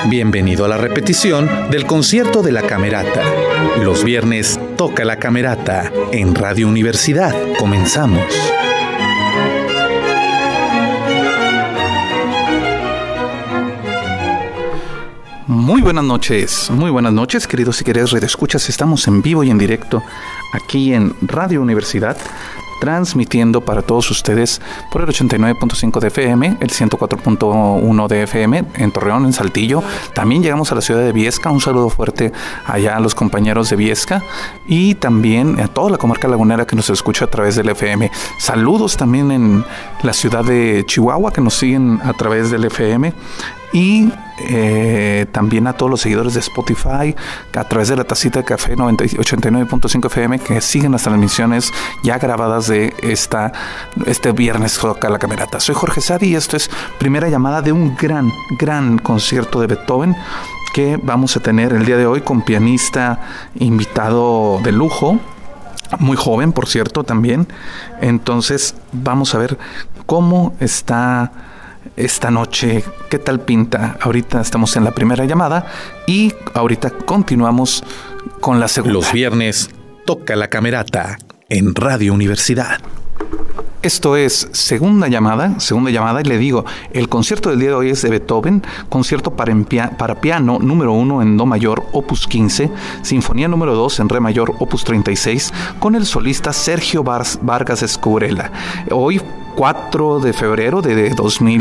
Bienvenido a la repetición del concierto de la Camerata. Los viernes toca la Camerata en Radio Universidad. Comenzamos. Muy buenas noches, queridos y queridas radioescuchas. Estamos en vivo y en directo aquí en Radio Universidad, transmitiendo para todos ustedes por el 89.5 de FM, el 104.1 de FM en Torreón, en Saltillo. También llegamos a la ciudad de Viesca. Un saludo fuerte allá a los compañeros de Viesca y también a toda la comarca lagunera que nos escucha a través del FM. Saludos también en la ciudad de Chihuahua que nos siguen a través del FM. Y también a todos los seguidores de Spotify a través de la tacita de café 89.5 FM que siguen las transmisiones ya grabadas de este viernes toca la Camerata. Soy Jorge Sari y esto es primera llamada de un gran concierto de Beethoven que vamos a tener el día de hoy con pianista invitado de lujo, muy joven por cierto también. Entonces vamos a ver cómo está esta noche, qué tal pinta. Ahorita estamos en la primera llamada y ahorita continuamos con la segunda. Los viernes toca la Camerata en Radio Universidad. Esto es segunda llamada y le digo, el concierto del día de hoy es de Beethoven, concierto para piano número 1 en do mayor, opus 15, sinfonía número 2 en re mayor, opus 36, con el solista Sergio Vargas Escurella. Hoy 4 de febrero de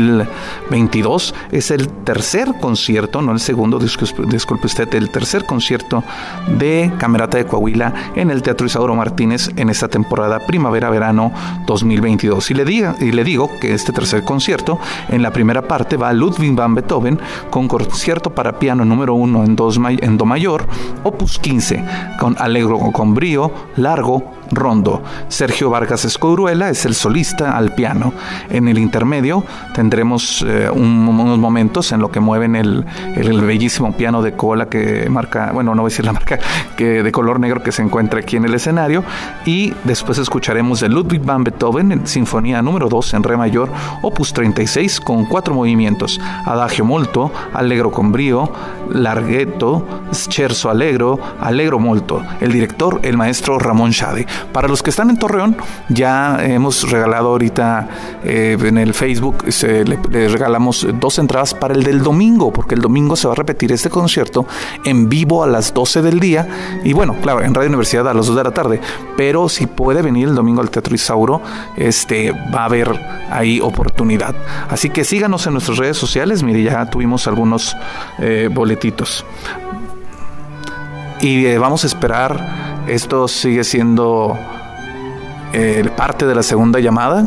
2022 es el tercer concierto, no el segundo, disculpe usted, el tercer concierto de Camerata de Coahuila en el Teatro Isauro Martínez en esta temporada primavera-verano 2022. Y le digo que este tercer concierto, en la primera parte va Ludwig van Beethoven con concierto para piano número 1 en do mayor, opus 15, con allegro con brío, largo, rondo. Sergio Vargas Escurella es el solista al piano. En el intermedio tendremos unos momentos en lo que mueven el bellísimo piano de cola que marca, bueno, no voy a decir la marca, que de color negro que se encuentra aquí en el escenario, y después escucharemos de Ludwig van Beethoven en sinfonía número 2 en re mayor, opus 36, con 4 movimientos: adagio molto, allegro con brío, larghetto, scherzo allegro, allegro molto. El director, el maestro Ramón Schade. Para los que están en Torreón, ya hemos regalado ahorita en el Facebook, le regalamos 2 entradas para el del domingo, porque el domingo se va a repetir este concierto en vivo a las 12 del día, y bueno, claro, en Radio Universidad a las 2 de la tarde, pero si puede venir el domingo al Teatro Isauro, va a haber ahí oportunidad. Así que síganos en nuestras redes sociales. Mire, ya tuvimos algunos boletitos. Y vamos a esperar. Esto sigue siendo parte de la segunda llamada.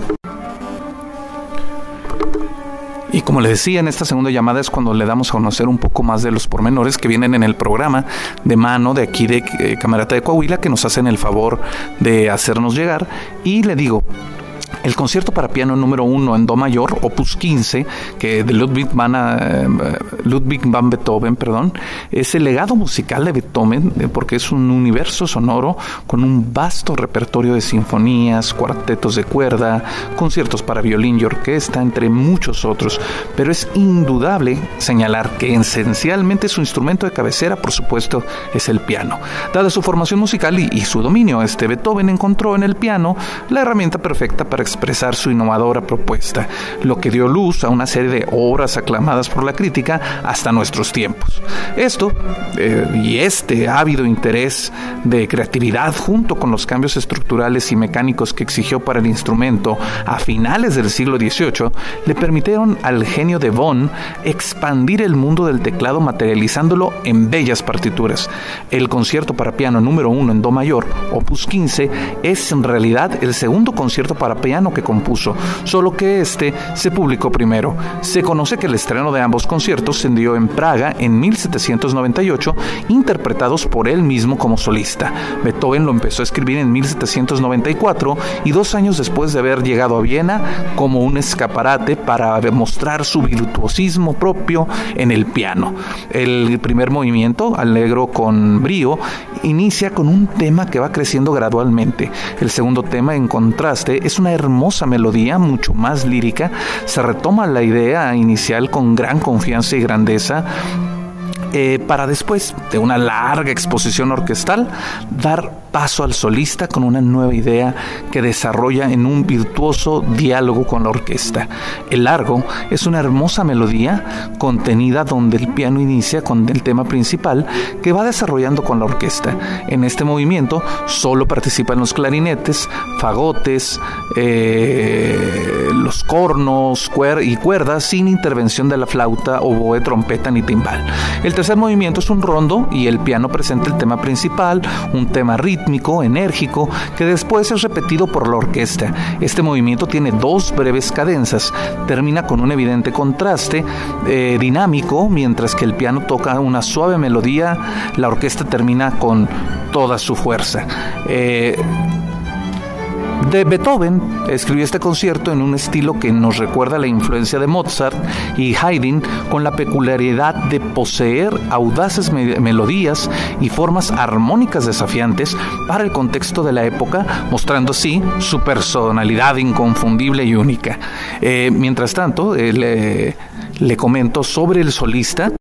Y como les decía, en esta segunda llamada es cuando le damos a conocer un poco más de los pormenores que vienen en el programa de mano de aquí de Camerata de Coahuila, que nos hacen el favor de hacernos llegar. Y le digo, el concierto para piano número 1 en do mayor, opus 15, que de Ludwig van Beethoven, es el legado musical de Beethoven, porque es un universo sonoro con un vasto repertorio de sinfonías, cuartetos de cuerda, conciertos para violín y orquesta, entre muchos otros. Pero es indudable señalar que esencialmente su instrumento de cabecera, por supuesto, es el piano. Dada su formación musical y su dominio, Beethoven encontró en el piano la herramienta perfecta para expresar su innovadora propuesta, lo que dio luz a una serie de obras aclamadas por la crítica hasta nuestros tiempos. Esto y este ávido interés de creatividad, junto con los cambios estructurales y mecánicos que exigió para el instrumento a finales del siglo XVIII, le permitieron al genio de Bonn expandir el mundo del teclado, materializándolo en bellas partituras. El concierto para piano número 1 en do mayor, opus 15, es en realidad el segundo concierto para piano que compuso, solo que se publicó primero. Se conoce que el estreno de ambos conciertos se dio en Praga en 1798, interpretados por él mismo como solista. Beethoven lo empezó a escribir en 1794 y 2 años después de haber llegado a Viena, como un escaparate para demostrar su virtuosismo propio en el piano. El primer movimiento, allegro con brío, inicia con un tema que va creciendo gradualmente. El segundo tema, en contraste, es una hermosa melodía, mucho más lírica. Se retoma la idea inicial con gran confianza y grandeza, para después de una larga exposición orquestal dar paso al solista con una nueva idea que desarrolla en un virtuoso diálogo con la orquesta. El largo es una hermosa melodía contenida donde el piano inicia con el tema principal que va desarrollando con la orquesta. En este movimiento solo participan los clarinetes, fagotes, los cornos y cuerdas sin intervención de la flauta, oboe, trompeta ni timbal. El tercer movimiento es un rondo y el piano presenta el tema principal, un tema rítmico, enérgico, que después es repetido por la orquesta. Este movimiento tiene dos breves cadenzas, termina con un evidente contraste dinámico, mientras que el piano toca una suave melodía, la orquesta termina con toda su fuerza. Beethoven escribió este concierto en un estilo que nos recuerda la influencia de Mozart y Haydn, con la peculiaridad de poseer audaces melodías y formas armónicas desafiantes para el contexto de la época, mostrando así su personalidad inconfundible y única. Mientras tanto, le comento sobre el solista.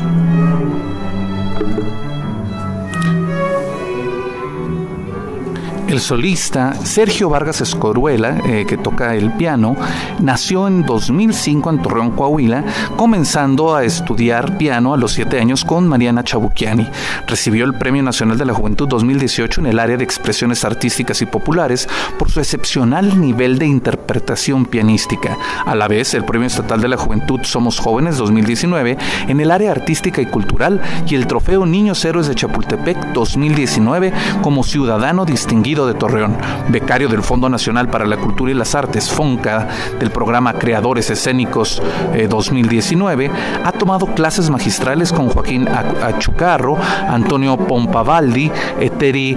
El solista Sergio Vargas Escoruela, que toca el piano, nació en 2005 en Torreón, Coahuila, comenzando a estudiar piano a los 7 años con Mariana Chabuquiani. Recibió el Premio Nacional de la Juventud 2018 en el área de expresiones artísticas y populares por su excepcional nivel de interpretación pianística. A la vez, el Premio Estatal de la Juventud Somos Jóvenes 2019 en el área artística y cultural y el Trofeo Niños Héroes de Chapultepec 2019 como ciudadano distinguido de Torreón, becario del Fondo Nacional para la Cultura y las Artes, FONCA, del programa Creadores Escénicos 2019, ha tomado clases magistrales con Joaquín Achucarro, Antonio Pompavaldi, Eteri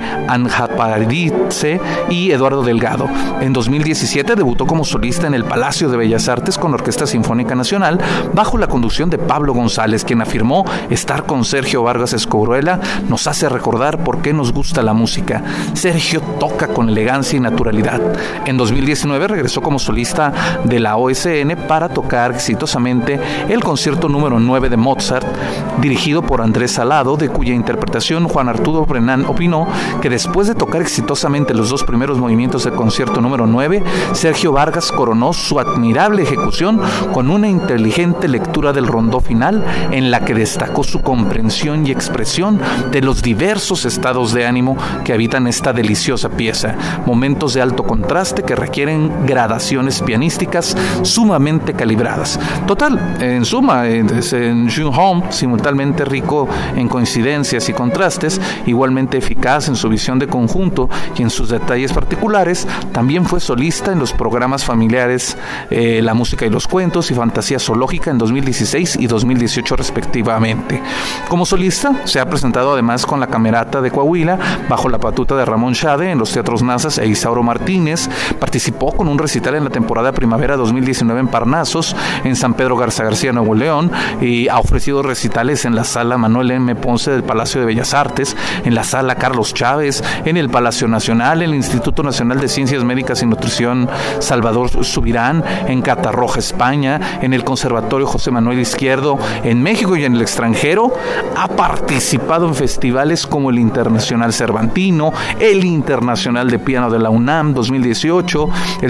Anjaparice y Eduardo Delgado. En 2017 debutó como solista en el Palacio de Bellas Artes con la Orquesta Sinfónica Nacional, bajo la conducción de Pablo González, quien afirmó: estar con Sergio Vargas Escoruela nos hace recordar por qué nos gusta la música. Sergio toca con elegancia y naturalidad. En 2019 regresó como solista de la OSN para tocar exitosamente el concierto número 9 de Mozart, dirigido por Andrés Salado, de cuya interpretación Juan Arturo Brenán opinó que después de tocar exitosamente los dos primeros movimientos del concierto número 9, Sergio Vargas coronó su admirable ejecución con una inteligente lectura del rondó final, en la que destacó su comprensión y expresión de los diversos estados de ánimo que habitan esta deliciosa pieza, momentos de alto contraste que requieren gradaciones pianísticas sumamente calibradas. Total, en suma, es en Junghom, simultáneamente rico en coincidencias y contrastes, igualmente eficaz en su visión de conjunto y en sus detalles particulares. También fue solista en los programas familiares La Música y los Cuentos y Fantasía Zoológica en 2016 y 2018 respectivamente. Como solista se ha presentado además con la Camerata de Coahuila bajo la batuta de Ramón Schade en los Teatros Nazas e Isauro Martínez. Participó con un recital en la temporada primavera 2019 en Parnasos, en San Pedro Garza García, Nuevo León, y ha ofrecido recitales en la Sala Manuel M. Ponce del Palacio de Bellas Artes, en la Sala Carlos Chávez, en el Palacio Nacional, en el Instituto Nacional de Ciencias Médicas y Nutrición Salvador Subirán, en Catarroja, España, en el Conservatorio José Manuel Izquierdo, en México y en el extranjero. Ha participado en festivales como el Internacional Cervantino, el Internacional de Piano de la UNAM 2018, el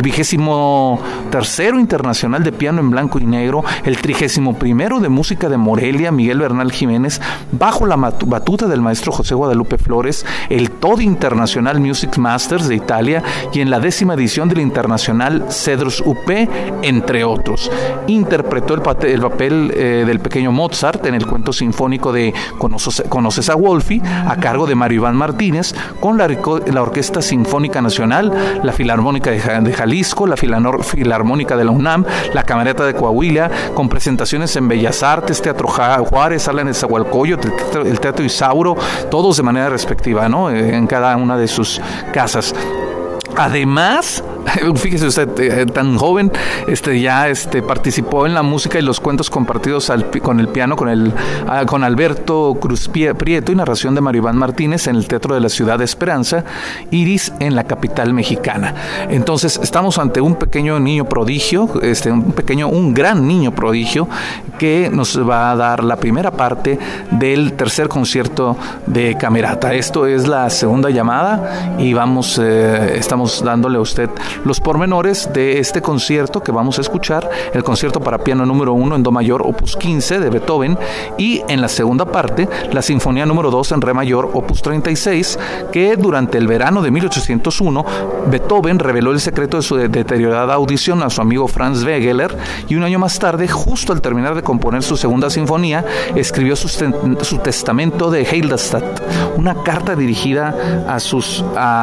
23º Internacional de Piano en Blanco y Negro, el 31º de Música de Morelia, Miguel Bernal Jiménez, bajo la batuta del maestro José Guadalupe Flores, el TOD Internacional Music Masters de Italia y en la 10ª edición del Internacional Cedros UP, entre otros. Interpretó el papel del pequeño Mozart en el cuento sinfónico de Conoces a Wolfie, a cargo de Mario Iván Martínez, con la Orquesta Sinfónica Nacional, la Filarmónica de Jalisco, la Filarmónica de la UNAM, la Camerata de Coahuila, con presentaciones en Bellas Artes, Teatro Juárez, Sala en Nezahualcóyotl, el Teatro Isauro, todos de manera respectiva, ¿no? En cada una de sus casas. Además Fíjese usted, tan joven, ya participó en la música y los cuentos compartidos con el piano con Alberto Cruz Prieto y narración de Mario Iván Martínez en el Teatro de la Ciudad de Esperanza, Iris en la capital mexicana. Entonces estamos ante un pequeño niño prodigio, un gran niño prodigio que nos va a dar la primera parte del tercer concierto de Camerata. Esto es la segunda llamada y estamos dándole a usted los pormenores de este concierto que vamos a escuchar, el concierto para piano número 1 en do mayor, opus 15 de Beethoven, y en la segunda parte, la sinfonía número 2 en re mayor, opus 36, que durante el verano de 1801, Beethoven reveló el secreto de su deteriorada audición a su amigo Franz Wegeler, y un año más tarde, justo al terminar de componer su segunda sinfonía, escribió su testamento de Heilstatt, una carta dirigida a sus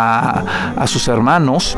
hermanos,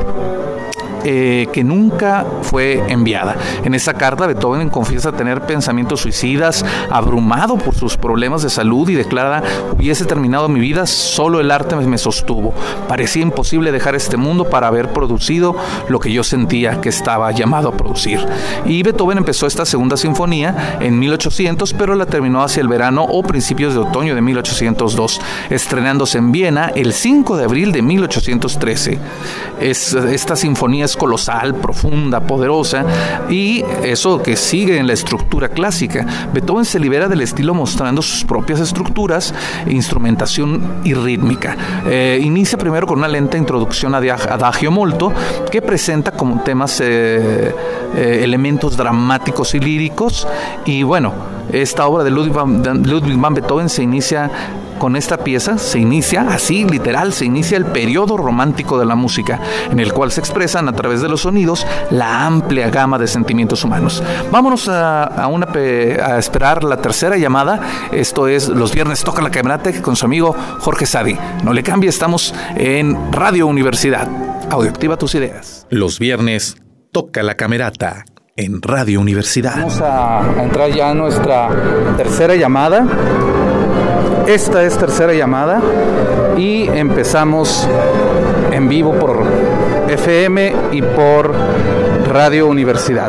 que nunca fue enviada. En esa carta, Beethoven confiesa tener pensamientos suicidas, abrumado por sus problemas de salud, y declara: hubiese terminado mi vida, solo el arte me sostuvo. Parecía imposible dejar este mundo para haber producido lo que yo sentía que estaba llamado a producir. Y Beethoven empezó esta segunda sinfonía en 1800, pero la terminó hacia el verano o principios de otoño de 1802, estrenándose en Viena el 5 de abril de 1813. Esta sinfonía es colosal, profunda, poderosa, y eso que sigue en la estructura clásica. Beethoven se libera del estilo mostrando sus propias estructuras, instrumentación y rítmica. Inicia primero con una lenta introducción a Adagio Molto, que presenta como temas elementos dramáticos y líricos, y bueno, esta obra de Ludwig van Beethoven se inicia con esta pieza, se inicia el periodo romántico de la música, en el cual se expresan a través de los sonidos la amplia gama de sentimientos humanos. Vámonos a esperar la tercera llamada. Esto es Los Viernes Toca la Camerata con su amigo Jorge Sadi. No le cambie, estamos en Radio Universidad. Audioactiva tus ideas. Los Viernes Toca la Camerata en Radio Universidad. Vamos a entrar ya a nuestra tercera llamada. Esta es tercera llamada y empezamos en vivo por FM y por Radio Universidad.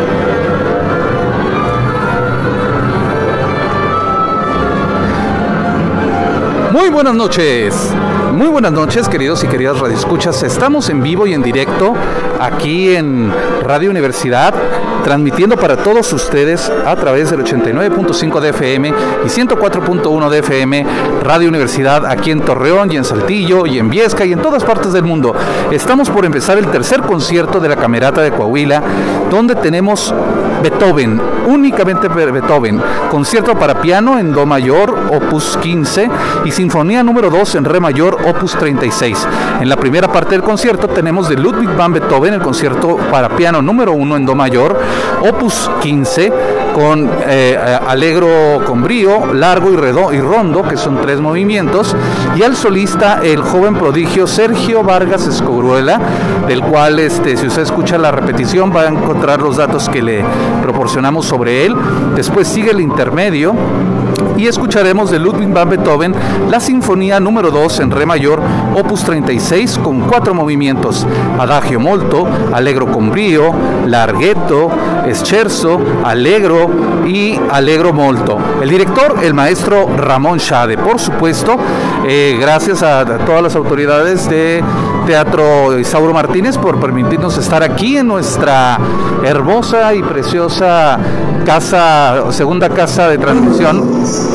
Muy buenas noches, queridos y queridas radioescuchas. Estamos en vivo y en directo aquí en Radio Universidad, transmitiendo para todos ustedes a través del 89.5 de FM y 104.1 de FM, Radio Universidad, aquí en Torreón y en Saltillo y en Viesca y en todas partes del mundo. Estamos por empezar el tercer concierto de la Camerata de Coahuila, donde tenemos Beethoven, únicamente Beethoven, concierto para piano en do mayor, opus 15, y sinfonía número 2 en re mayor, opus 36. En la primera parte del concierto tenemos de Ludwig van Beethoven el concierto para piano número 1 en do mayor, opus 15, con allegro con brío, largo y rondo, que son 3 movimientos, y al solista el joven prodigio Sergio Vargas Escogruela, del cual si usted escucha la repetición va a encontrar los datos que le proporcionamos sobre él. Después sigue el intermedio y escucharemos de Ludwig van Beethoven la sinfonía número 2 en re mayor, opus 36, con 4 movimientos: Adagio Molto, allegro con brío, larghetto, scherzo, allegro y allegro molto. El director, el maestro Ramón Schade. Por supuesto, gracias a todas las autoridades de Teatro Isauro Martínez por permitirnos estar aquí en nuestra hermosa y preciosa segunda casa de transmisión.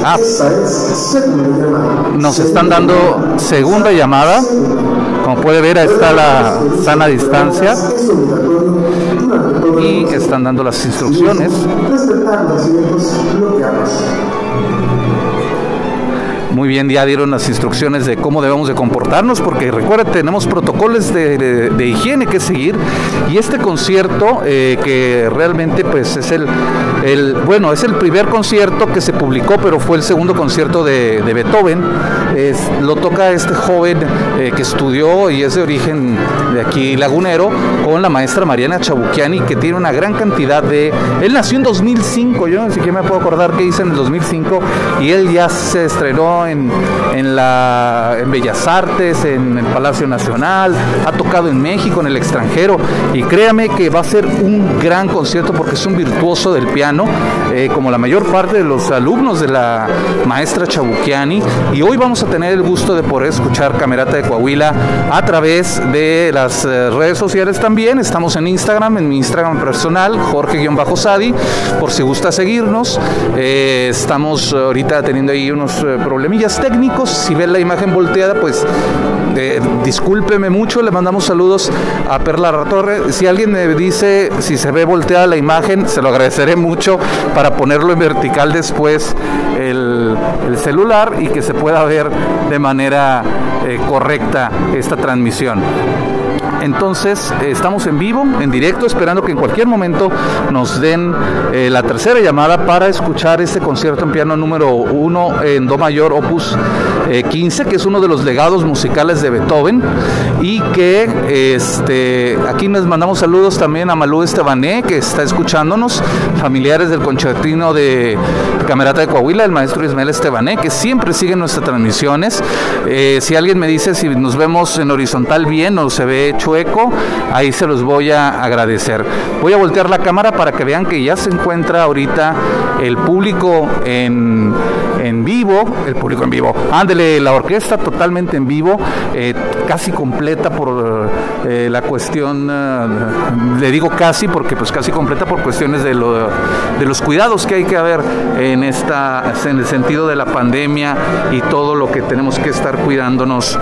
Nos están dando segunda llamada. Como puede ver, ahí está la sana distancia y están dando las instrucciones. Muy bien, ya dieron las instrucciones de cómo debemos de comportarnos, porque recuerda, tenemos protocolos de higiene que seguir, y este concierto que realmente pues es es el primer concierto que se publicó, pero fue el segundo concierto de Beethoven. Lo toca este joven que estudió y es de origen de aquí lagunero, con la maestra Mariana Chabuquiani, que tiene una gran cantidad él nació en 2005, yo ni siquiera me puedo acordar qué hice en el 2005, y él ya se estrenó en Bellas Artes, en el Palacio Nacional, ha tocado en México, en el extranjero, y créame que va a ser un gran concierto porque es un virtuoso del piano, como la mayor parte de los alumnos de la maestra Chabuquiani, y hoy vamos a tener el gusto de poder escuchar Camerata de Coahuila a través de las redes sociales también. Estamos en Instagram, en mi Instagram personal, Jorge-Sadi, por si gusta seguirnos. Estamos ahorita teniendo ahí unos problemillas técnicos. Si ven la imagen volteada, pues discúlpeme mucho. Le mandamos saludos a Perla Torre. Si alguien me dice si se ve volteada la imagen, se lo agradeceré mucho para ponerlo en vertical después el celular y que se pueda ver de manera correcta esta transmisión. Entonces estamos en vivo, en directo, esperando que en cualquier momento nos den la tercera llamada para escuchar este concierto en piano número 1 en Do mayor opus 15, que es uno de los legados musicales de Beethoven, y que aquí les mandamos saludos también a Malú Estebané, que está escuchándonos, familiares del concertino de Camerata de Coahuila, el maestro Ismael Estebané, que siempre siguen nuestras transmisiones. Si alguien me dice si nos vemos en horizontal bien o se ve chueco, ahí se los voy a agradecer. Voy a voltear la cámara para que vean que ya se encuentra ahorita el público en vivo, ándele, la orquesta totalmente en vivo, casi completa por la cuestión, le digo casi porque pues casi completa por cuestiones de los cuidados que hay que haber en el sentido de la pandemia y todo lo que tenemos que estar cuidándonos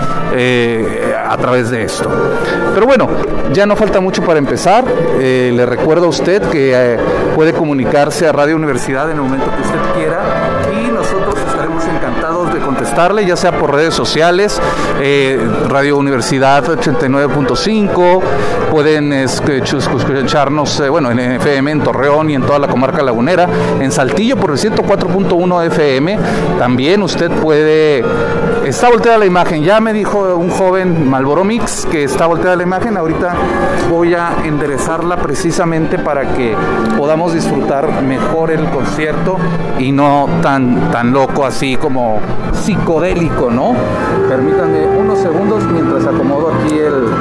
a través de esto. Pero bueno, ya no falta mucho para empezar. Le recuerdo a usted que puede comunicarse a Radio Universidad en el momento que usted quiera y nosotros estaremos encantados de contestarle, ya sea por redes sociales, Radio Universidad 89.5, pueden escucharnos en FM en Torreón y en toda la comarca lagunera, en Saltillo por el 104.1 FM. También usted puede... Está volteada la imagen, ya me dijo un joven Malboro Mix que está volteada la imagen. Ahorita voy a enderezarla precisamente para que podamos disfrutar mejor el concierto y no tan loco, así como psicodélico, ¿no? Permítanme unos segundos mientras acomodo aquí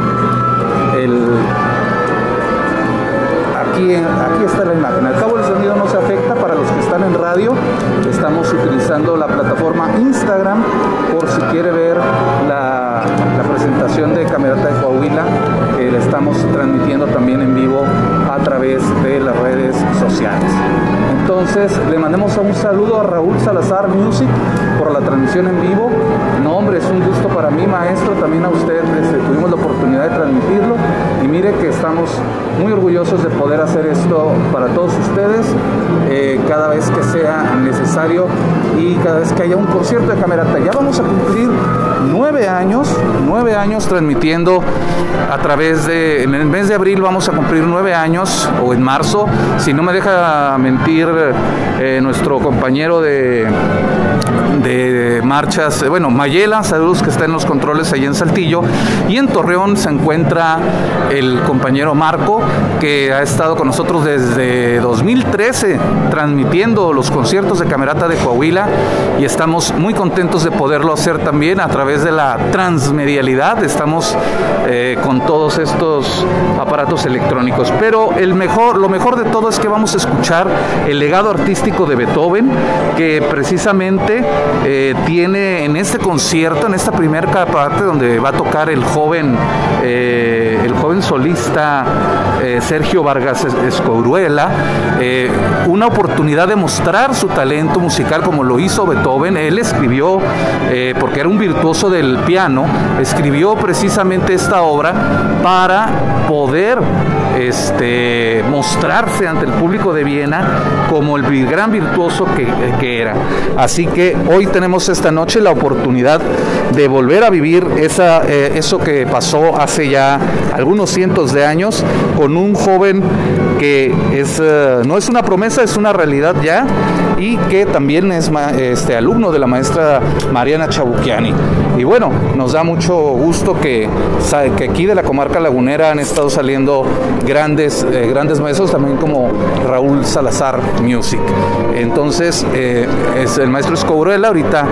aquí está la imagen. Al cabo el sonido no se afecta para los que están en radio. Estamos utilizando la plataforma Instagram por si quiere ver la presentación de Camerata de Coahuila, que la estamos transmitiendo también en vivo a través de las redes sociales. Entonces le mandemos un saludo a Raúl Salazar Music por la transmisión en vivo. No, hombre, es un gusto para mí, maestro, también a usted. Tuvimos la oportunidad de transmitirlo y mire que estamos muy orgullosos de poder hacer esto para todos ustedes cada vez que sea necesario y cada vez que haya un concierto de Camerata. Ya vamos a cumplir 9 años transmitiendo a través en el mes de abril vamos a cumplir 9 años, o en marzo, si no me deja mentir nuestro compañero de marchas, Mayela, saludos, que está en los controles ahí en Saltillo, y en Torreón se encuentra el compañero Marco, que ha estado con nosotros desde 2013 transmitiendo los conciertos de Camerata de Coahuila, y estamos muy contentos de poderlo hacer también a través de la transmedialidad. Estamos con todos estos aparatos electrónicos, pero lo mejor de todo es que vamos a escuchar el legado artístico de Beethoven, que precisamente tiene en este concierto, en esta primera parte donde va a tocar el joven solista Sergio Vargas Escouruela, una oportunidad de mostrar su talento musical como lo hizo Beethoven. Él escribió, porque era un virtuoso del piano, escribió precisamente esta obra para poder mostrarse ante el público de Viena como el gran virtuoso que era. Así que hoy tenemos esta noche la oportunidad de volver a vivir eso que pasó hace ya algunos cientos de años con un joven que no es una promesa, es una realidad ya, y que también es alumno de la maestra Mariana Chabuquiani. Y bueno, nos da mucho gusto que aquí de la comarca lagunera han estado saliendo grandes maestros, también como Raúl Salazar Music. Entonces es el maestro Escouruela. Ahorita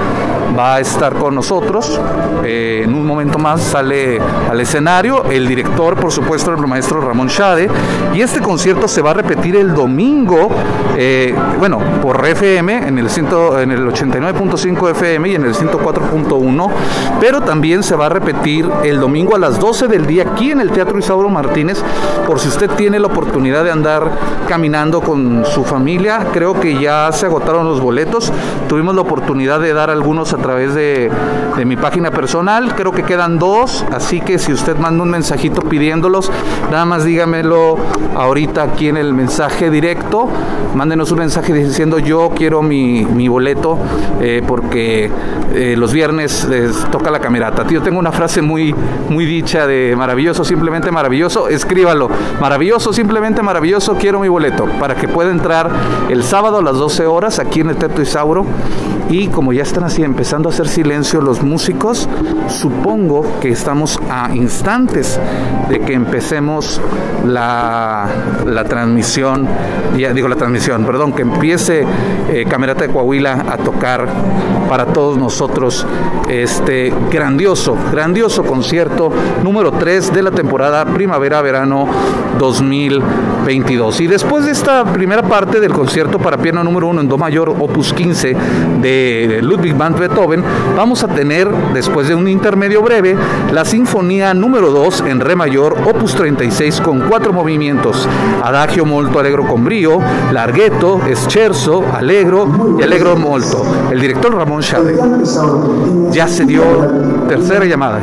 va a estar con nosotros. En un momento más sale al escenario el director, por supuesto, el maestro Ramón Shade, y este concierto se va a repetir el domingo, por FM en el 89.5 FM y en el 104.1, pero también se va a repetir el domingo a las 12 del día aquí en el Teatro Isauro Martínez, por si usted tiene la oportunidad de andar caminando con su familia. Creo que ya se agotaron los boletos, tuvimos la oportunidad de dar algunos a través de mi página personal, creo que quedan 2, así que si usted manda un mensajito pidiéndolos, nada más dígamelo ahorita aquí en el mensaje directo, mándenos un mensaje diciendo yo quiero mi boleto, porque los viernes toca la camerata. Yo tengo una frase muy dicha de maravilloso, simplemente maravilloso, escríbalo, maravilloso, simplemente maravilloso, quiero mi boleto, para que pueda entrar el sábado a las 12 horas aquí en el Teatro Isauro. Y como ya están así empezando a hacer silencio los músicos, supongo que estamos a instantes de que empecemos la transmisión, que empiece Camerata de Coahuila a tocar para todos nosotros este grandioso concierto número 3 de la temporada primavera-verano 2022. Y después de esta primera parte del concierto para piano número 1 en do mayor opus 15 de Ludwig van Beethoven, vamos a tener, después de un intermedio breve, la sinfonía número 2 en re mayor opus 36 con 4 movimientos: adagio molto allegro con brio, larghetto, scherzo, allegro y allegro molto. El director Ramón Shade. Ya se dio tercera llamada.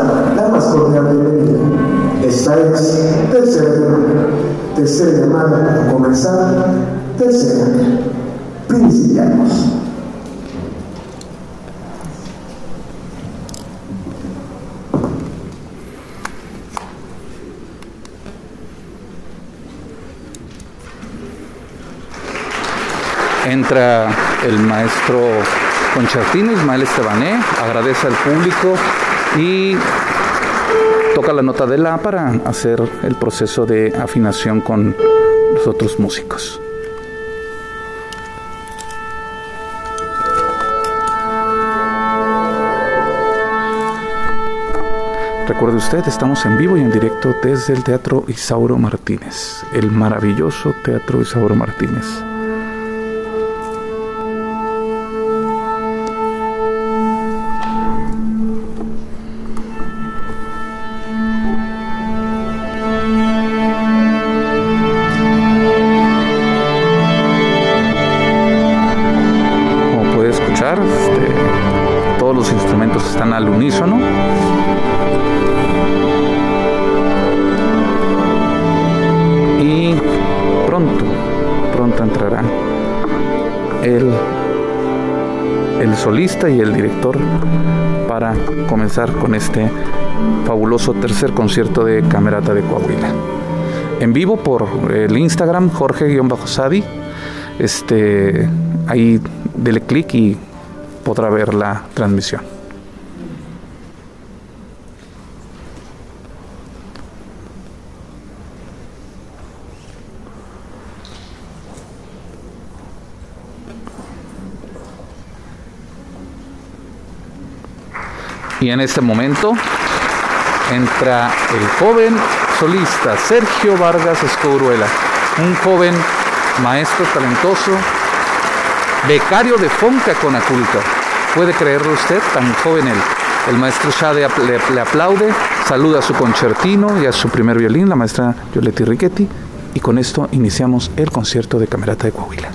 Esta es tercera llamada a comenzar, tercera. Principiamos. Entra el maestro concertino Ismael Estebané, agradece al público y toca la nota de la para hacer el proceso de afinación con los otros músicos. Recuerde usted, estamos en vivo y en directo desde el Teatro Isauro Martínez, el maravilloso Teatro Isauro Martínez. Como puede escuchar, todos los instrumentos están al unísono. Pronto entrará el solista y el director para comenzar con este fabuloso tercer concierto de Camerata de Coahuila. En vivo por el Instagram Jorge-Sadi. Ahí dele clic y podrá ver la transmisión. Y en este momento entra el joven solista Sergio Vargas Escouruela, un joven maestro talentoso, becario de Fonca Conaculta. ¿Puede creerlo usted? Tan joven él. El maestro Shade le aplaude, saluda a su concertino y a su primer violín, la maestra Yoletti Riquetti, y con esto iniciamos el concierto de Camerata de Coahuila.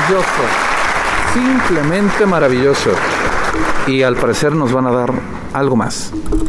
maravilloso, simplemente maravilloso. Y al parecer nos van a dar algo más.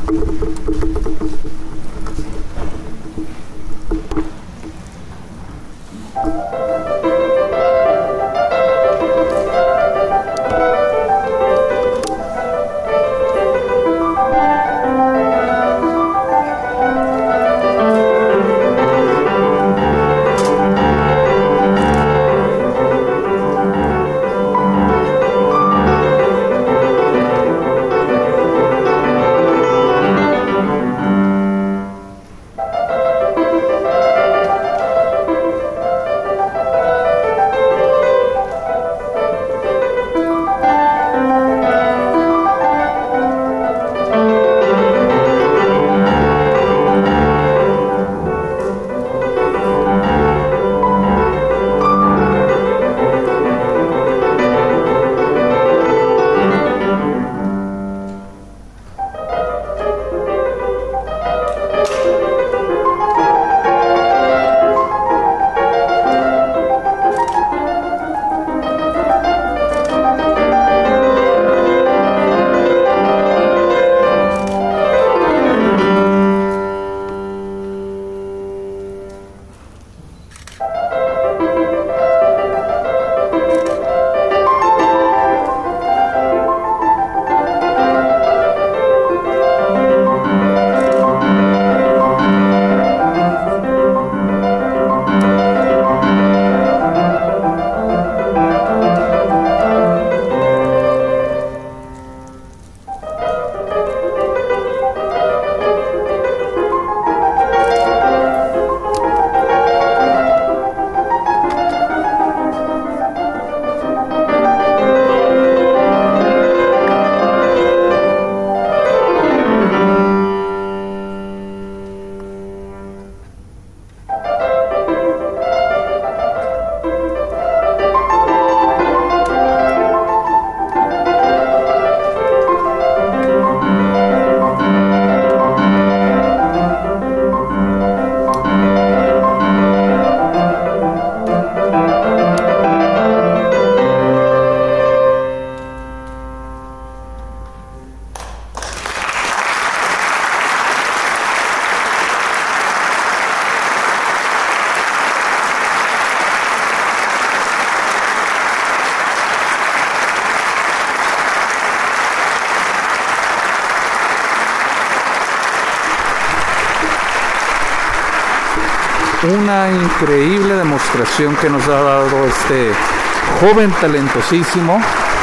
Una increíble demostración que nos ha dado este joven talentosísimo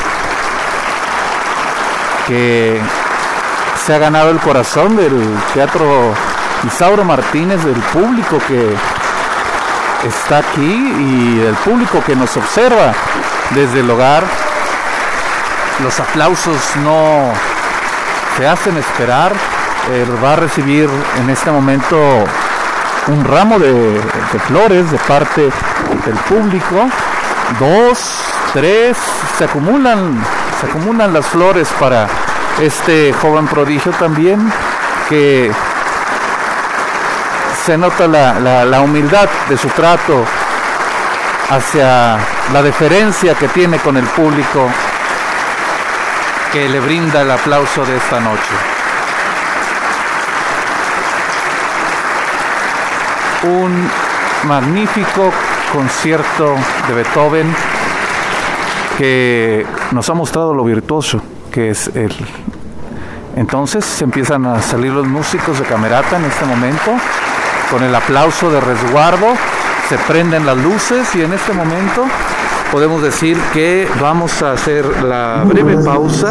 que se ha ganado el corazón del Teatro Isauro Martínez, del público que está aquí y del público que nos observa desde el hogar. Los aplausos no se hacen esperar. Va a recibir en este momento un ramo de flores de parte del público. 2, 3, se acumulan las flores para este joven prodigio también, que se nota la humildad de su trato hacia la deferencia que tiene con el público que le brinda el aplauso de esta noche. Un magnífico concierto de Beethoven que nos ha mostrado lo virtuoso que es él. Entonces se empiezan a salir los músicos de camerata en este momento, con el aplauso de resguardo, se prenden las luces y en este momento podemos decir que vamos a hacer la breve pausa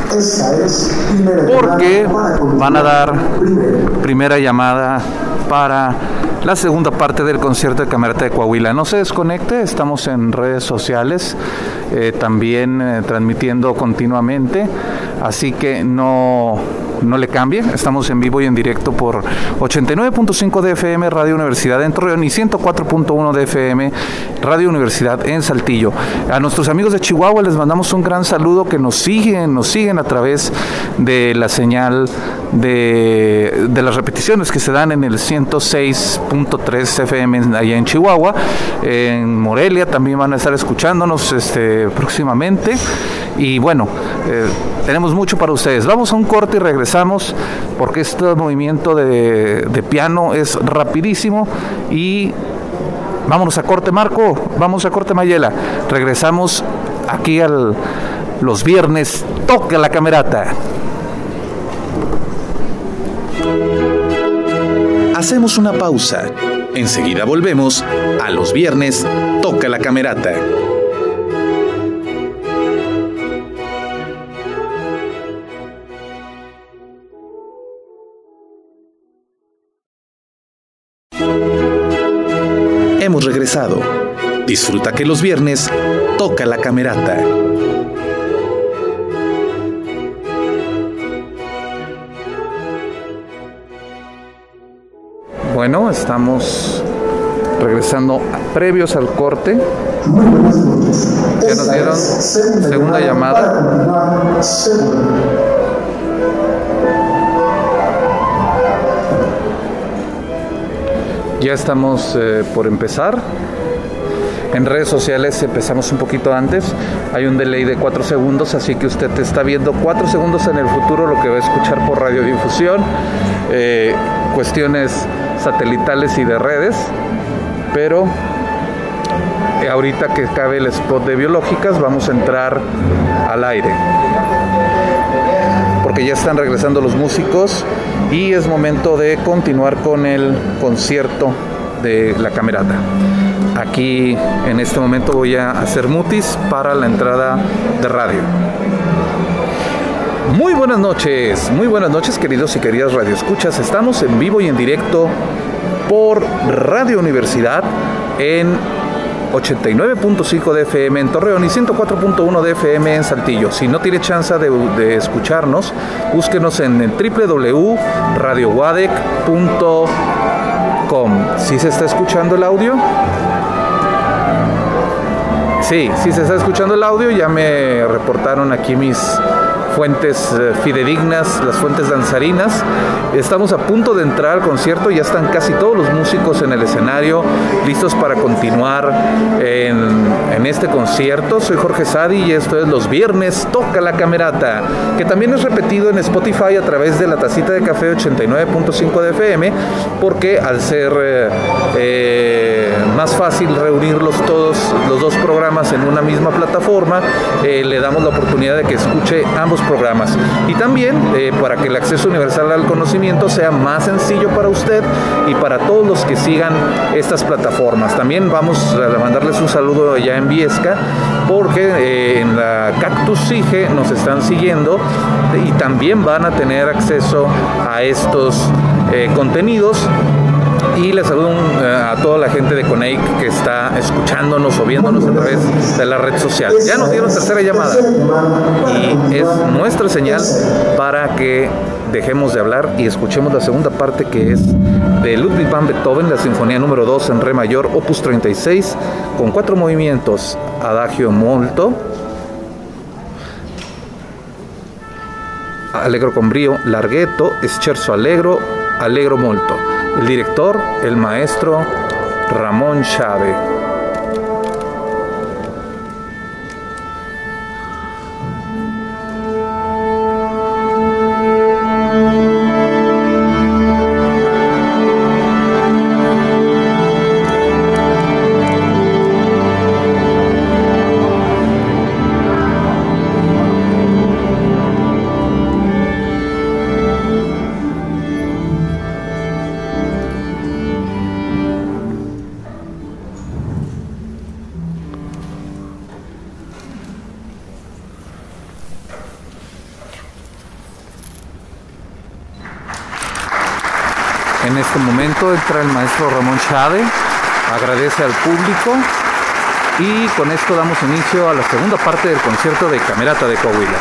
porque van a dar primera llamada para la segunda parte del concierto de Camerata de Coahuila. No se desconecte, estamos en redes sociales, también transmitiendo continuamente, así que no le cambie. Estamos en vivo y en directo por 89.5 de FM Radio Universidad en Torreón y 104.1 de FM Radio Universidad en Saltillo. A nuestros amigos de Chihuahua les mandamos un gran saludo, que nos siguen a través de la señal de las repeticiones que se dan en el 106.3 FM allá en Chihuahua. En Morelia también van a estar escuchándonos próximamente. Y bueno, tenemos mucho para ustedes. Vamos a un corte y regresamos, porque este movimiento de piano es rapidísimo. Y vámonos a corte, Marco. Vamos a corte, Mayela. Regresamos aquí los viernes. Toca la Camerata. Hacemos una pausa. Enseguida volvemos a los viernes. Toca la Camerata. Hemos regresado. Disfruta que los viernes toca la Camerata. Bueno, estamos regresando previos al corte. Muy buenas noches. Ya nos dieron segunda llamada. Ya estamos por empezar. En redes sociales empezamos un poquito antes. Hay un delay de 4 segundos, así que usted está viendo 4 segundos en el futuro lo que va a escuchar por radiodifusión. Cuestiones satelitales y de redes. Pero ahorita que acabe el spot de biológicas, vamos a entrar al aire, porque ya están regresando los músicos y es momento de continuar con el concierto de la Camerata. Aquí en este momento voy a hacer mutis para la entrada de radio. Muy buenas noches queridos y queridas radioescuchas. Estamos en vivo y en directo por Radio Universidad en 89.5 de FM en Torreón y 104.1 de FM en Saltillo. Si no tiene chance de escucharnos, búsquenos en www.radiowadec.com. ¿Sí se está escuchando el audio? Sí se está escuchando el audio. Ya me reportaron aquí mis fuentes fidedignas, las fuentes danzarinas. Estamos a punto de entrar al concierto, ya están casi todos los músicos en el escenario, listos para continuar en este concierto. Soy Jorge Sadi y esto es Los Viernes Toca la Camerata, que también es repetido en Spotify a través de La Tacita de Café 89.5 de FM, porque al ser más fácil reunirlos todos los dos programas en una misma plataforma, le damos la oportunidad de que escuche ambos programas, y también para que el acceso universal al conocimiento sea más sencillo para usted y para todos los que sigan estas plataformas. También vamos a mandarles un saludo allá en Viesca, porque en la Cactus Sige nos están siguiendo y también van a tener acceso a estos contenidos. Y les saludo a toda la gente de Coneic que está escuchándonos o viéndonos a través de la red social. Ya nos dieron tercera llamada y es nuestra señal para que dejemos de hablar y escuchemos la segunda parte, que es de Ludwig van Beethoven, la Sinfonía número 2 en Re mayor, opus 36, con 4 movimientos: Adagio molto, Allegro con brio, Larghetto, Scherzo allegro, Allegro molto. El director, el maestro Ramón Chávez. En este momento entra el maestro Ramón Chávez, agradece al público y con esto damos inicio a la segunda parte del concierto de Camerata de Coahuila.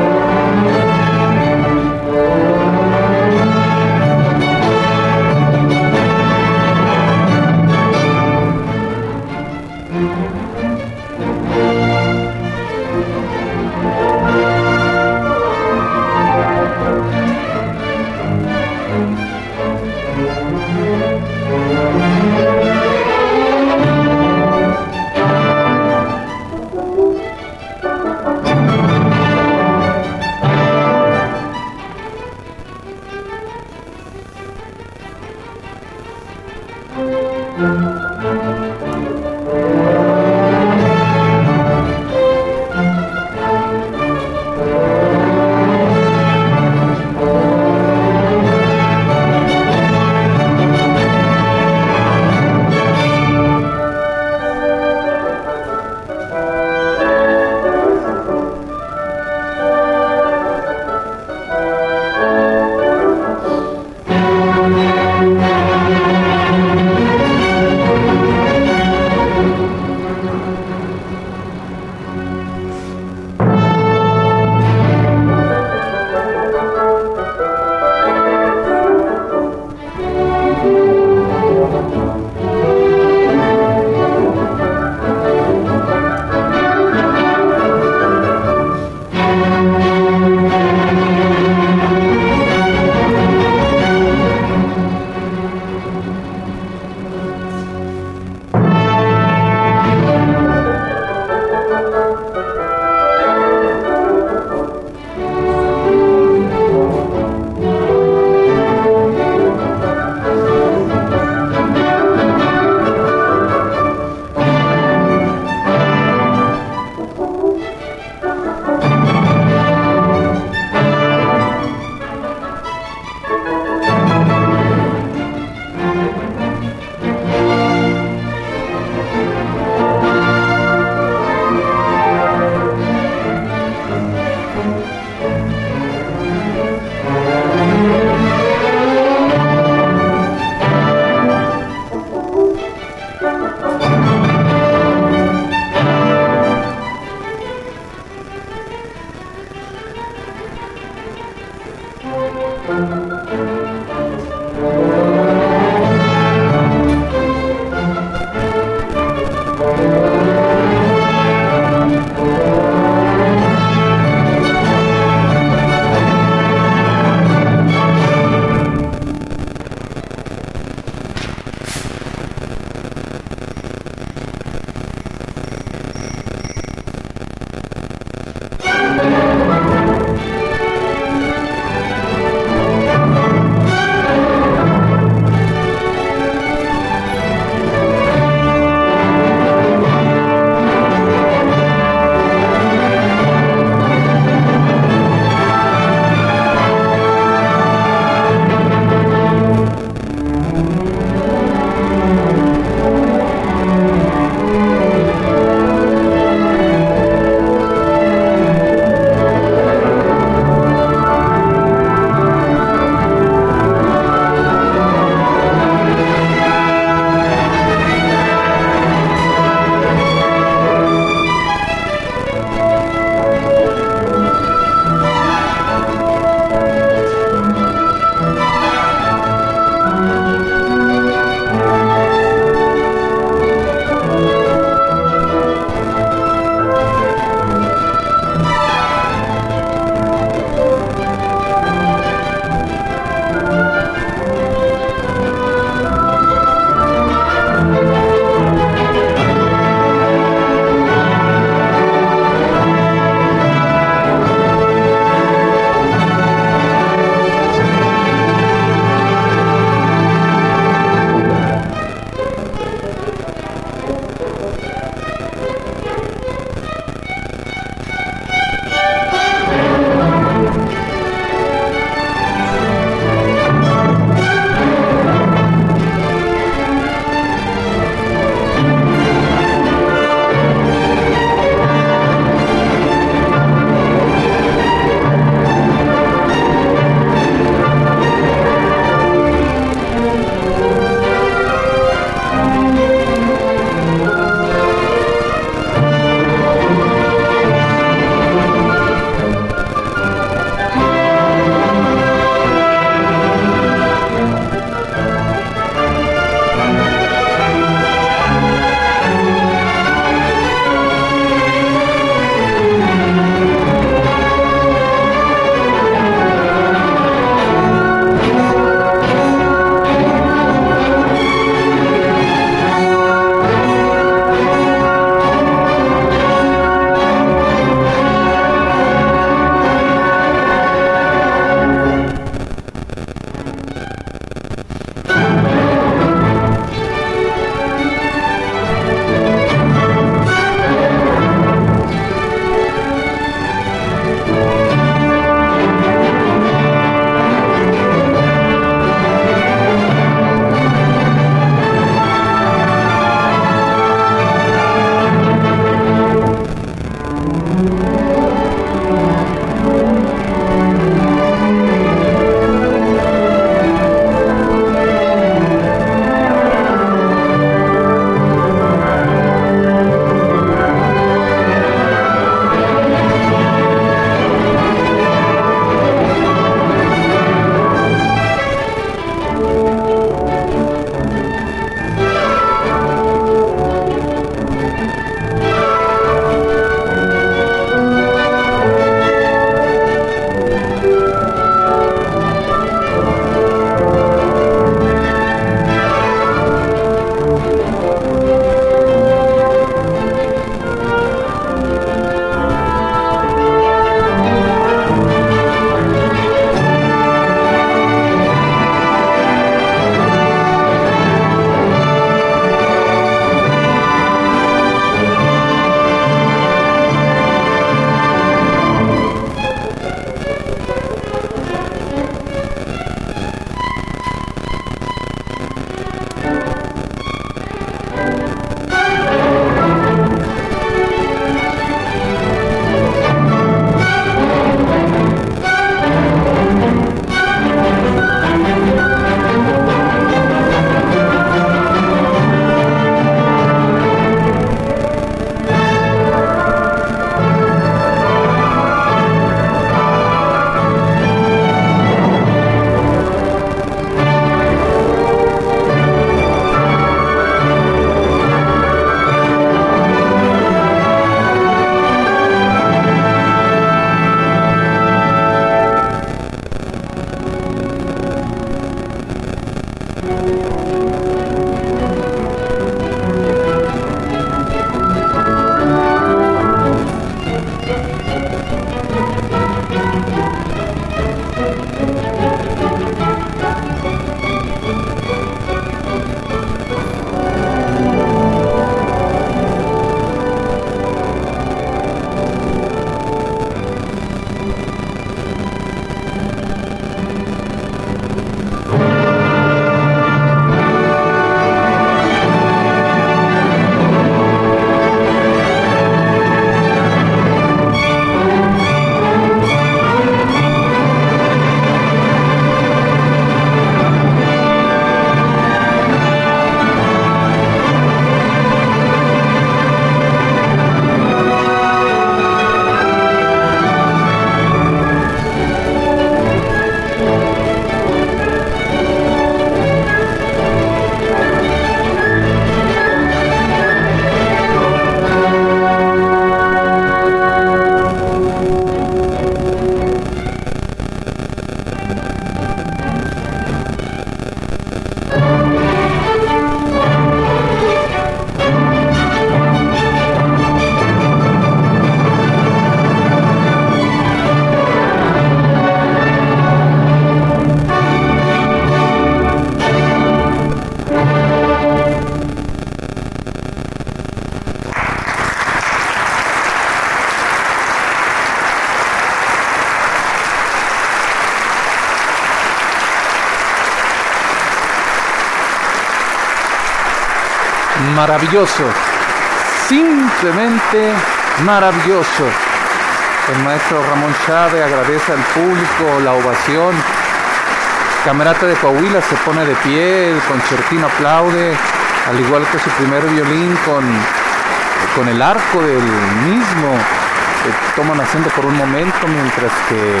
maravilloso, simplemente maravilloso. El maestro Ramón Chávez agradece al público la ovación. Camerata de Coahuila se pone de pie, el concertino aplaude, al igual que su primer violín con el arco del mismo. Toman asiento por un momento mientras que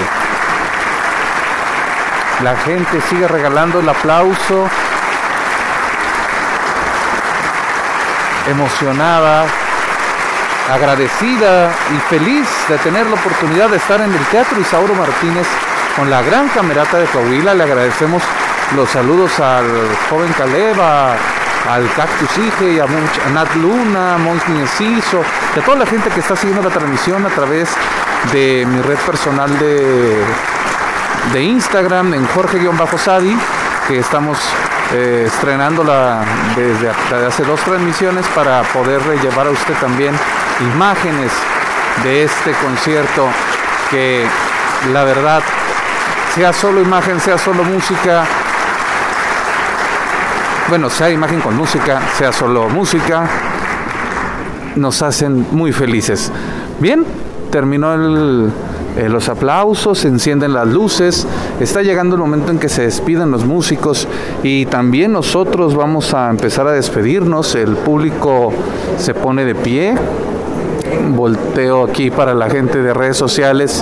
la gente sigue regalando el aplauso, emocionada, agradecida y feliz de tener la oportunidad de estar en el Teatro Isauro Martínez con la gran Camerata de Coahuila. Le agradecemos los saludos al joven Caleb, al Cactus Ige, y a Nat Luna, a Mons Enciso, y a toda la gente que está siguiendo la transmisión a través de mi red personal de Instagram, en Jorge-Sadi, que estamos estrenándola desde hace 2 transmisiones para poderle llevar a usted también imágenes de este concierto, que la verdad, sea solo imagen, sea solo música, bueno, sea imagen con música, sea solo música, nos hacen muy felices. Bien, terminó los aplausos, se encienden las luces, está llegando el momento en que se despiden los músicos y también nosotros vamos a empezar a despedirnos. El público se pone de pie. Volteo aquí para la gente de redes sociales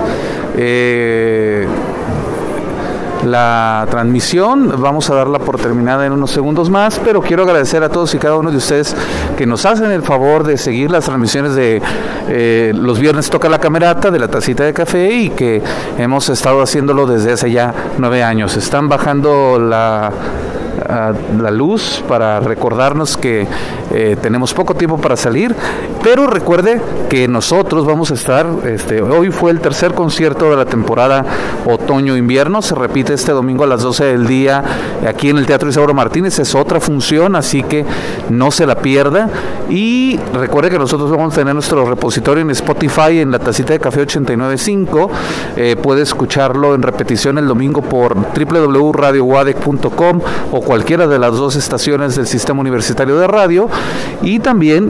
la transmisión. Vamos a darla por terminada en unos segundos más, pero quiero agradecer a todos y cada uno de ustedes que nos hacen el favor de seguir las transmisiones de los viernes Toca la Camerata, de la Tacita de Café, y que hemos estado haciéndolo desde hace ya 9 años. Están bajando la luz para recordarnos que tenemos poco tiempo para salir, pero recuerde que nosotros vamos a estar, hoy fue el tercer concierto de la temporada otoño-invierno, se repite este domingo a las 12 del día aquí en el Teatro Isauro Martínez, es otra función, así que no se la pierda. Y recuerde que nosotros vamos a tener nuestro repositorio en Spotify, en la Tacita de Café 89.5, puede escucharlo en repetición el domingo por www.radiowadec.com o cualquiera de las 2 estaciones del Sistema Universitario de Radio, y también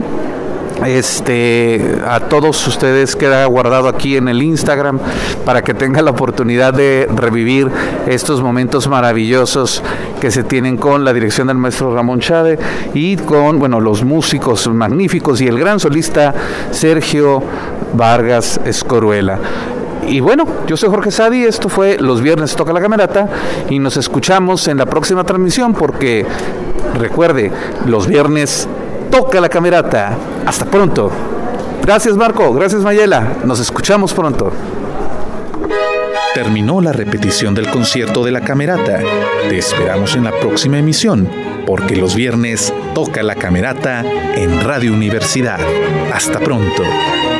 a todos ustedes queda guardado aquí en el Instagram para que tengan la oportunidad de revivir estos momentos maravillosos que se tienen con la dirección del maestro Ramón Chávez y con, bueno, los músicos magníficos y el gran solista Sergio Vargas Escoruela. Y bueno, yo soy Jorge Sadi, esto fue Los Viernes Toca la Camerata y nos escuchamos en la próxima transmisión, porque recuerde, los viernes toca la camerata. Hasta pronto. Gracias Marco, gracias Mayela, nos escuchamos pronto. Terminó la repetición del concierto de la Camerata. Te esperamos en la próxima emisión, porque los viernes toca la Camerata en Radio Universidad. Hasta pronto.